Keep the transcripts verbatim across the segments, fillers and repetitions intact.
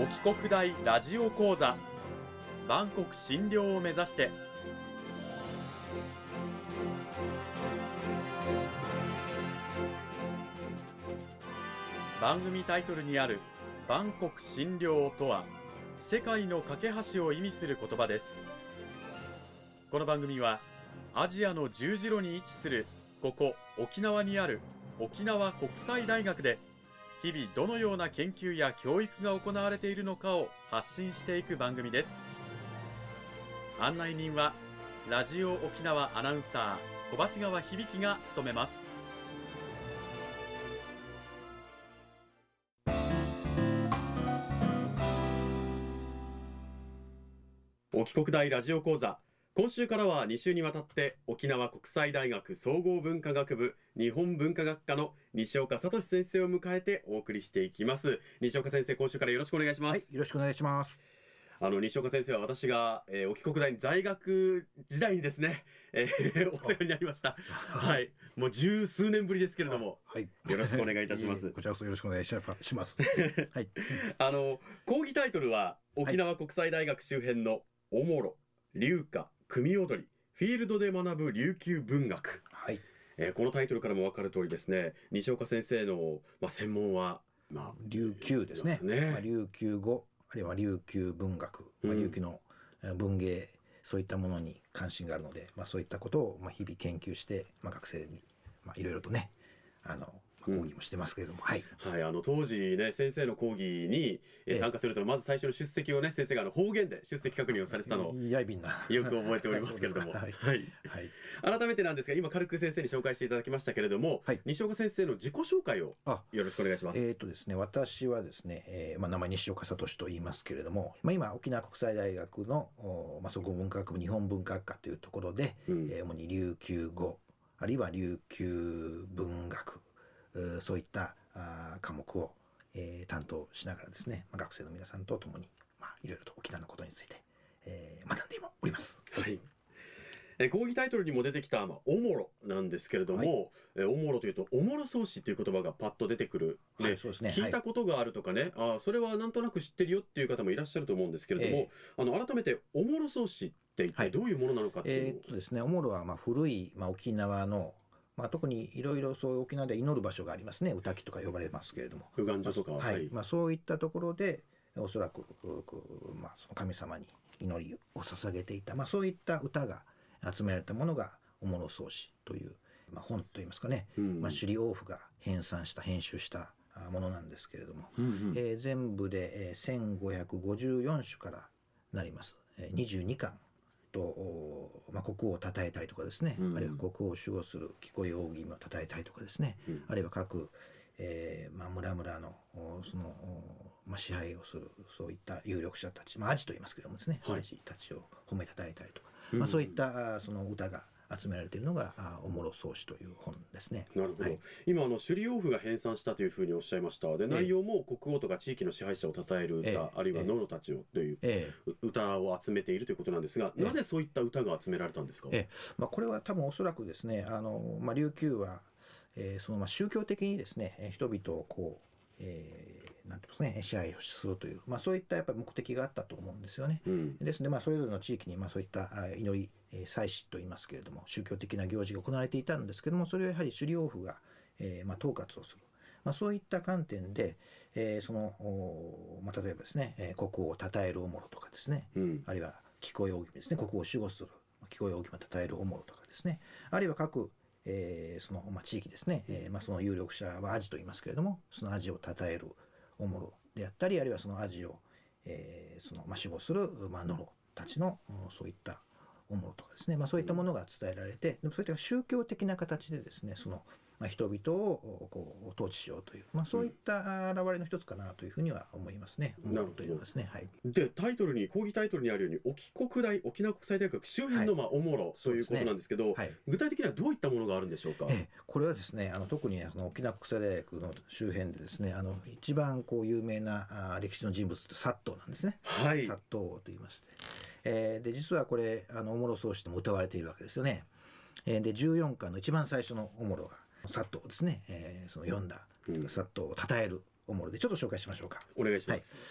沖国大ラジオ講座、万国診療を目指して。番組タイトルにある万国診療とは、世界の架け橋を意味する言葉です。この番組はアジアの十字路に位置するここ沖縄にある沖縄国際大学で、日々どのような研究や教育が行われているのかを発信していく番組です。案内人はラジオ沖縄アナウンサー小橋川響が務めます。沖国大ラジオ講座、今週からはに週にわたって沖縄国際大学総合文化学部日本文化学科の西岡聡先生を迎えてお送りしていきます。西岡先生、今週からよろしくお願いします。 はい、よろしくお願いします。 あの西岡先生は私が、えー、沖国大に在学時代にですね、えー、お世話になりました。はい、もう十数年ぶりですけれども、 はい、 よろしくお願いいたします。 こちらこそよろしくお願いします。はい、 あの講義タイトルは沖縄国際大学周辺のおもろ、流歌、組踊り、フィールドで学ぶ琉球文学、 はい、 えー、このタイトルからも分かる通りですね、西岡先生の、まあ、専門は、まあ、 琉球ですね。 ね、 まあ、琉球語あるいは琉球文学、まあ、琉球の文芸、そういったものに関心があるので、まあ、そういったことをまあ日々研究して、まあ、学生にまあいろいろとね、あの講義もしてますけれども、うん、はい、 はい、あの当時ね、先生の講義に、えー、参加すると、まず最初の出席をね、先生があの方言で出席確認をされてたのをやいびんなよく覚えておりますけれども、はいはいはい、 改めてなんですが、今軽く先生に紹介していただきましたけれども、はい、西岡先生の自己紹介をよろしくお願いします。 えーとですね、私はですね、えーまあ、名前西岡聡と言いますけれども、まあ、今沖縄国際大学の、まあ、総合文化学部日本文化学科というところで、うん、えー、主に琉球語あるいは琉球文学、そういったあ科目を、えー、担当しながらですね、まあ、学生の皆さんと共に、まあ、いろいろと沖縄のことについて、えー、学んでおります。 はい、えー、講義タイトルにも出てきた、まあ、おもろなんですけれども、はい、えー、おもろというとおもろそうしという言葉がパッと出てくる、ね、はい、そうですね、聞いたことがあるとかね、はい、あそれはなんとなく知ってるよっていう方もいらっしゃると思うんですけれども、えー、あの改めておもろそうしって一体どういうものなのかっていうのを、はい、 えーっとですね、おもろはまあ古い、まあ、沖縄のまあ、特にいろいろそう沖縄で祈る場所がありますね。御嶽とか呼ばれますけれども、 不願所とか、 まあ、はい、まあ、そういったところでおそらく、まあ、その神様に祈りを捧げていた、まあ、そういった歌が集められたものがおもろそうしという、まあ、本といいますかね、うん、まあ、首里王府が編纂した編集したものなんですけれども、うんうん、えー、全部で、えー、せんごひゃくごじゅうよん種からなります。えー、にじゅうにかんと、まあ、国王を称えたりとかですね、うん、あるいは国王を守護する聞こえ扇を称えたりとかですね、うん、あるいは各、えーまあ、村々のその、まあ、支配をするそういった有力者たち、まあ、アジと言いますけどもですね、はい、アジたちを褒めたたえたりとか、うん、まあ、そういったその歌が集められているのがおもろそうしという本ですね。 なるほど、はい、今あの首里王府が編纂したというふうにおっしゃいました。で、内容も国王とか地域の支配者を称える歌、ええ、あるいはノロたちをという、ええ、歌を集めているということなんですが、ええ、なぜそういった歌が集められたんですか。 ええ、まあ、これは多分おそらくですね、あの、まあ、琉球は、えー、そのまあ宗教的にですね、人々をこう、えー、なんていうんですね、支配をするという、まあ、そういったやっぱり目的があったと思うんですよね。うん、ですので、まあ、それぞれの地域にまあそういった祈り、祭祀といいますけれども、宗教的な行事が行われていたんですけども、それをやはり首里王府が、えーまあ、統括をする、まあ、そういった観点で、えーそのまあ、例えばですね、国王を称えるおもろとかですね、うん、あるいは聞こえ扇ですね、国王を守護する聞こえ扇を称えるおもろとかですね、あるいは各えー、その、まあ、地域ですね、えーまあ、その有力者はアジと言いますけれども、そのアジを称えるおもろであったり、あるいはそのアジを、えーそのまあ、守護する、まあ、ノロたちのそういったおもろとかですね、まあ、そういったものが伝えられて、でもそういった宗教的な形でですね、そのまあ、人々をこう統治しようという、まあ、そういった現れの一つかなというふうには思いますね。 うん、なるほどというですね。はい。 で、タイトルに講義タイトルにあるように沖国大沖縄国際大学周辺のまあおもろということなんですけど、はい、具体的にはどういったものがあるんでしょうか。 ええ、これはですね、あの特にあの沖縄国際大学の周辺でですね、あの一番こう有名なあ歴史の人物って薩東なんですね。はい、薩東王と言いまして、えー、で実はこれあのおもろそうしても歌われているわけですよね。えー、でじゅうよんかんの一番最初のおもろが薩東ですね、えー、その読んだ、うん、薩東を称えるおもろでちょっと紹介しましょうか。 お願いします。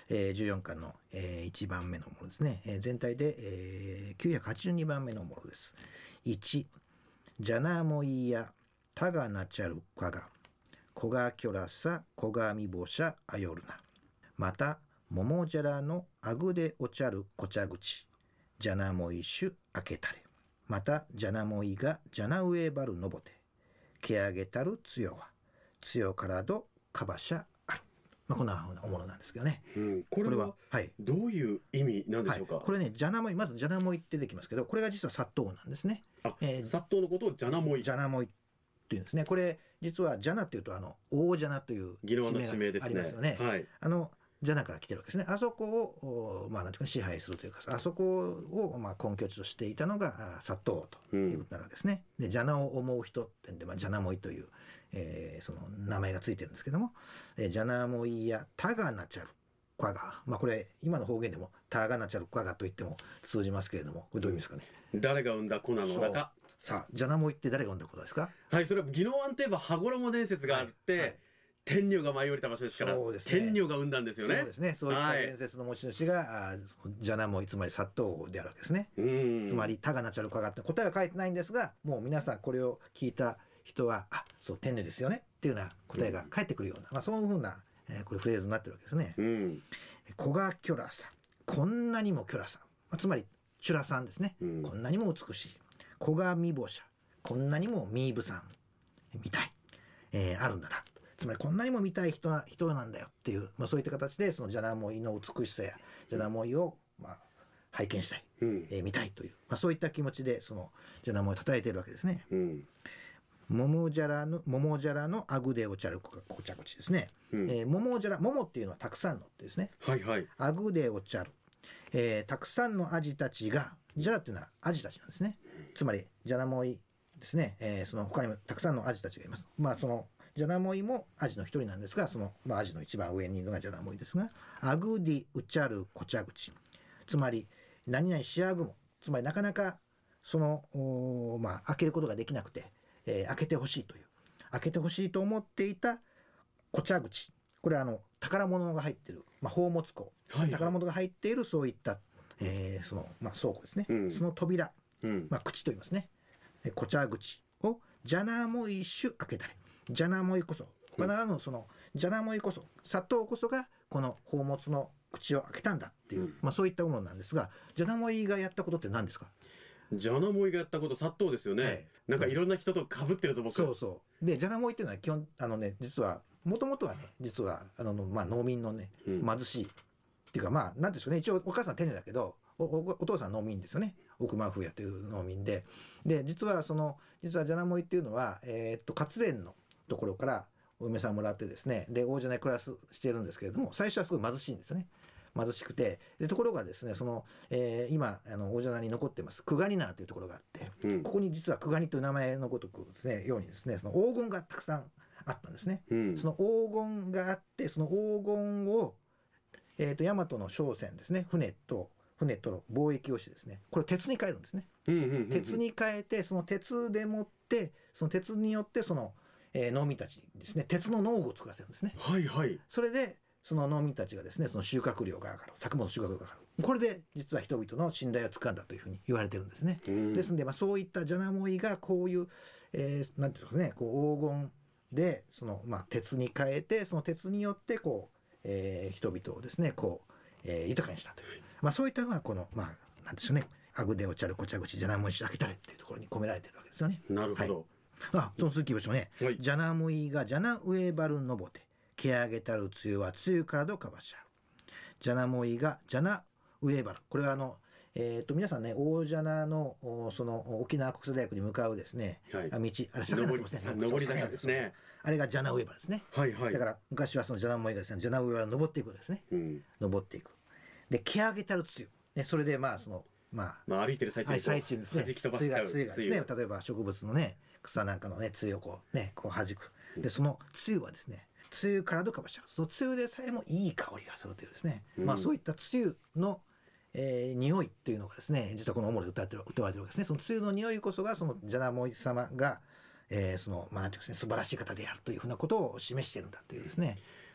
えー、じゅうよんかんの、えー、いちばんめのものですね。えー、全体で、えー、きゅうひゃくはちじゅうにばんめのものです。いち、ジャナモイヤタガナチャルカガコガキョラサコガミボシャアヨルナ。またモモジャラのアグデオチャルコチャグチジャナモイシュアケタレ。またジャナモイがジャナウエバルノボテケアゲタルツヨワツヨからどカバシャある。まあこんなものなんですけどね。 うん、これはどういう意味なんでしょうか。 はい、これねジャナモイ、まずジャナモイって出てきますけど、これが実は殺到なんですね。 あ、えー、殺到のことをジャナモイジャナモイっていうんですね。これ実はジャナっていうとあの大ジャナという地名がありますよね。 はい、 あのジャナから来てるわけですね。あそこをまあなんていうか支配するというか、あそこをまあ根拠地としていたのが殺到ということになるわけですね。うん、でジャナを思う人ってんで、まあ、ジャナモイという、えー、その名前がついてるんですけども、えー、ジャナモイやタガナチャルクワガ、まあこれ今の方言でもタガナチャルクワガと言っても通じますけれども、これどういう意味ですかね。 誰が生んだ子なのだか。 さあジャナモイって誰が生んだ子ですか。 はい、それは宜野湾といえば羽衣伝説があって、はいはい、天女が舞い降りた場所ですから、そうですね、天女が生んだんですよね。 そうですね。そういった伝説の持ち主が、はい、ジャナモイ、つまり殺到であるわけですね。つまりタガナチャルクワガって答えは書いてないんですが、もう皆さんこれを聞いた人はあ、そう天女ですよねっていうような答えが返ってくるような、まあ、そういうふうな、えー、これフレーズになってるわけですね。うん、コガキョラさん、こんなにもキョラさん、まあ、つまりチュラさんですね、うん、こんなにも美しい。コガミボシャ、こんなにもミーブさんみたい、えー、あるんだな。つまりこんなにも見たい 人, な人なんだよっていう、まあ、そういった形でそのジャナモイの美しさやジャナモイをまあ拝見したい、うん、えー、見たいという、まあ、そういった気持ちでそのジャナモイを叩いているわけですね。うん、モモジャラのモモジャラのアグデオチャルコチャコチですね。うん、えー、モモジャラ、モモっていうのはたくさんのってですね。はいはい。アグデオチャル、えー、たくさんのアジたちが、ジャラっていうのはアジたちなんですね。つまりジャナモイですね、えー、その他にもたくさんのアジたちがいます。まあそのジャナモイもアジの一人なんですが、その、まあ、アジの一番上にいるのがジャナモイですが、アグディウチャルコチャグチ、つまり何々シアグモ、つまりなかなかそのまあ開けることができなくて、えー、開けてほしいという開けてほしいと思っていたコチャグチ、これはあの宝物が入っている、まあ、宝物庫、はいはい、宝物が入っているそういった、えー、その、まあ、倉庫ですね、うん、その扉、うん、まあ、口と言いますね、コチャグチをジャナモイシュ開けたり、ジャナモイこそ他ならぬそのジャナモイこそ砂糖こそがこの宝物の口を開けたんだっていう、うん、まあそういったものなんですが、ジャナモイがやったことって何ですか。 ジャナモイがやったこと砂糖ですよね、はい、なんかいろんな人と被ってるぞ僕。 そうそうでジャナモイっていうのは基本あのね実はもともとはね実はあの、まあ、農民のね貧しい、うん、っていうかまあなんでしょうね、一応お母さん天女だけど お, お, お父さん農民ですよね。奥間風也という農民で、で実はその実はジャナモイっていうのはえー、っと活連のところからお嫁さんもらってですね、で王者で暮らすしているんですけれども、最初はすごい貧しいんですよね。貧しくて、でところがですねその、えー、今あの王者に残ってますクガニナーというところがあって、うん、ここに実はクガニという名前のごとくですねようにですねその黄金がたくさんあったんですね。うん、その黄金があって、その黄金を、えー、と大和の商船ですね、船と船との貿易をしてですね、これ鉄に変えるんですね。うんうんうんうん、鉄に変えて、その鉄でもってその鉄によってそのえー、農民たちにですね鉄の農具を作らせるんですね。はいはい。それでその農民たちがですねその収穫量が上がる、作物収穫量が上がる、これで実は人々の信頼をつかんだというふうに言われてるんですね。ですので、まあ、そういったジャナモイがこういう、えー、なんていうんですかね、こう黄金でその、まあ、鉄に変えて、その鉄によってこう、えー、人々をですねこう、えー、豊かにしたという、まあ、そういったのがこのまあなんでしょうね、アグデオチャルコチャグチジャナモイシ開けたれっていうところに込められてるわけですよね。 なるほど。はい、 あ、その続きましょうね、はい、ジャナムイがジャナウエバルノボテケアゲタルツユはツユからどかばしゃる。ジャナモイがジャナウエバル、これはあのえー、と皆さんね大ジャナのその沖縄国際大学に向かうですね、はい、道あれ坂になってますね、 上り坂ですね。 あれがジャナウエバルですね。はいはい。だから昔はそのジャナモイがですねジャナウエバル登っていくんですね、うん、登っていく。でケアゲタルツユ、ね、それでまあそのまあ、 まあ歩いてる最中に最中ですね、つゆがつゆがですね、例えば植物のね草なんかのねつゆをこうねこう弾く。でそのつゆはですね、つゆからどかばしゃる、そのつゆでさえもいい香りがするというですね、うん、まあそういったつゆの、えー、匂いっていうのがですね実はこのおもろで歌ってる歌われてるわけですね。そのつゆの匂いこそがそのジャナモイ様が、えー、そのまあなんていうんですね素晴らしい方であるというふうなことを示しているんだというですね。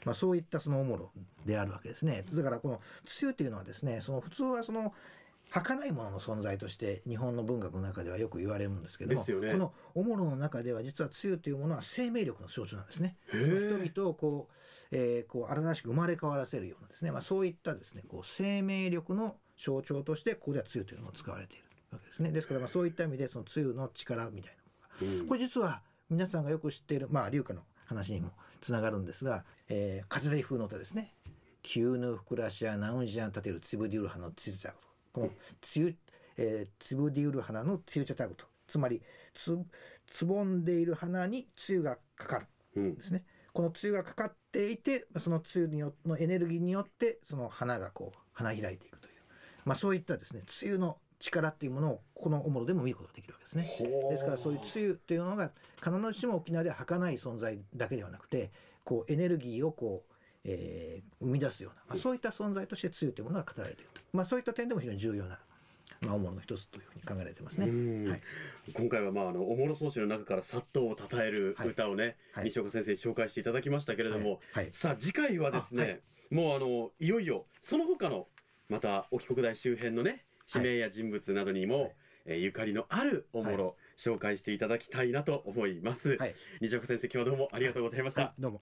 まあ、そういったそのおもろであるわけですね。だからこのつゆというのはですね、その普通はその儚いものの存在として日本の文学の中ではよく言われるんですけども、 ですよね、 このおもろの中では実はつゆというものは生命力の象徴なんですね。その人々をこう、えー、こう新しく生まれ変わらせるようなですね、まあ、そういったですねこう生命力の象徴としてここではつゆというのが使われているわけですね。ですからまあそういった意味でそのつゆの力みたいなものが、うん、これ実は皆さんがよく知っている、まあ龍華の話にもつながるんですが、えー、風風の歌ですね。急ぬふくらしやナウンジアン立てるつぶディウル花のつゆ茶と、このつゆ、えー、つぶディウル花のつゆ茶タグと、つまりつつぼんでいる花につゆがかかるんですね、うん、このつゆがかかっていて、そのつゆによのエネルギーによってその花がこう花開いていくという、まあ、そういったですねつゆの力っていうものをこのおもろでも見ることができるわけですね。ですからそういうつゆというのが必ずしも沖縄では儚い存在だけではなくて、こうエネルギーをこう、えー、生み出すような、まあ、そういった存在としてつゆというものが語られていると、まあ、そういった点でも非常に重要な、まあ、おもろの一つというふうに考えられてますね。はい、 今回はまああのおもろ宗師の中から殺到を称える歌をね、はいはい、西岡先生に紹介していただきましたけれども、はいはい、さあ次回はですね、はい、もうあのいよいよその他のまた沖国大周辺のね地名や人物などにも、はい、えー、ゆかりのあるおもろ、はい、紹介していただきたいなと思います、はい、西岡先生、今日はどうもありがとうございました。 はい、どうも。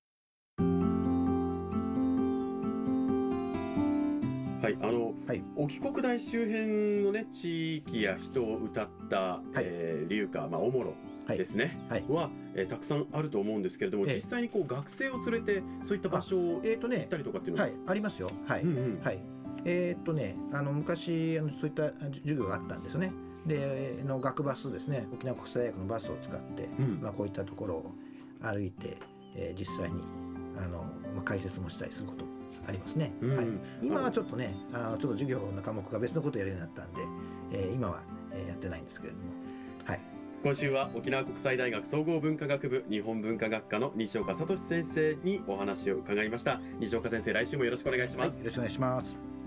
はい、あの、はい、沖国大周辺のね地域や人を歌った、はい、えー、龍華、まあ、おもろですね、はいはい、は、えー、たくさんあると思うんですけれども、えー、実際にこう学生を連れてそういった場所を行ったりとかっていうのは、 えーとねはい、ありますよ。はい、うんうん、はい、えー、っとねあの昔あのそういった授業があったんですね。での学バスですね、沖縄国際大学のバスを使って、うん、まあ、こういったところを歩いて、えー、実際にあの、まあ、解説もしたりすることもありますね、うん、はい、今はちょっとねあのちょっと授業の科目が別のことをやるようになったんで、えー、今は、えー、やってないんですけれども、はい、 今週は沖縄国際大学総合文化学部日本文化学科の西岡聡先生にお話を伺いました。西岡先生、来週もよろしくお願いします。 はい、よろしくお願いします。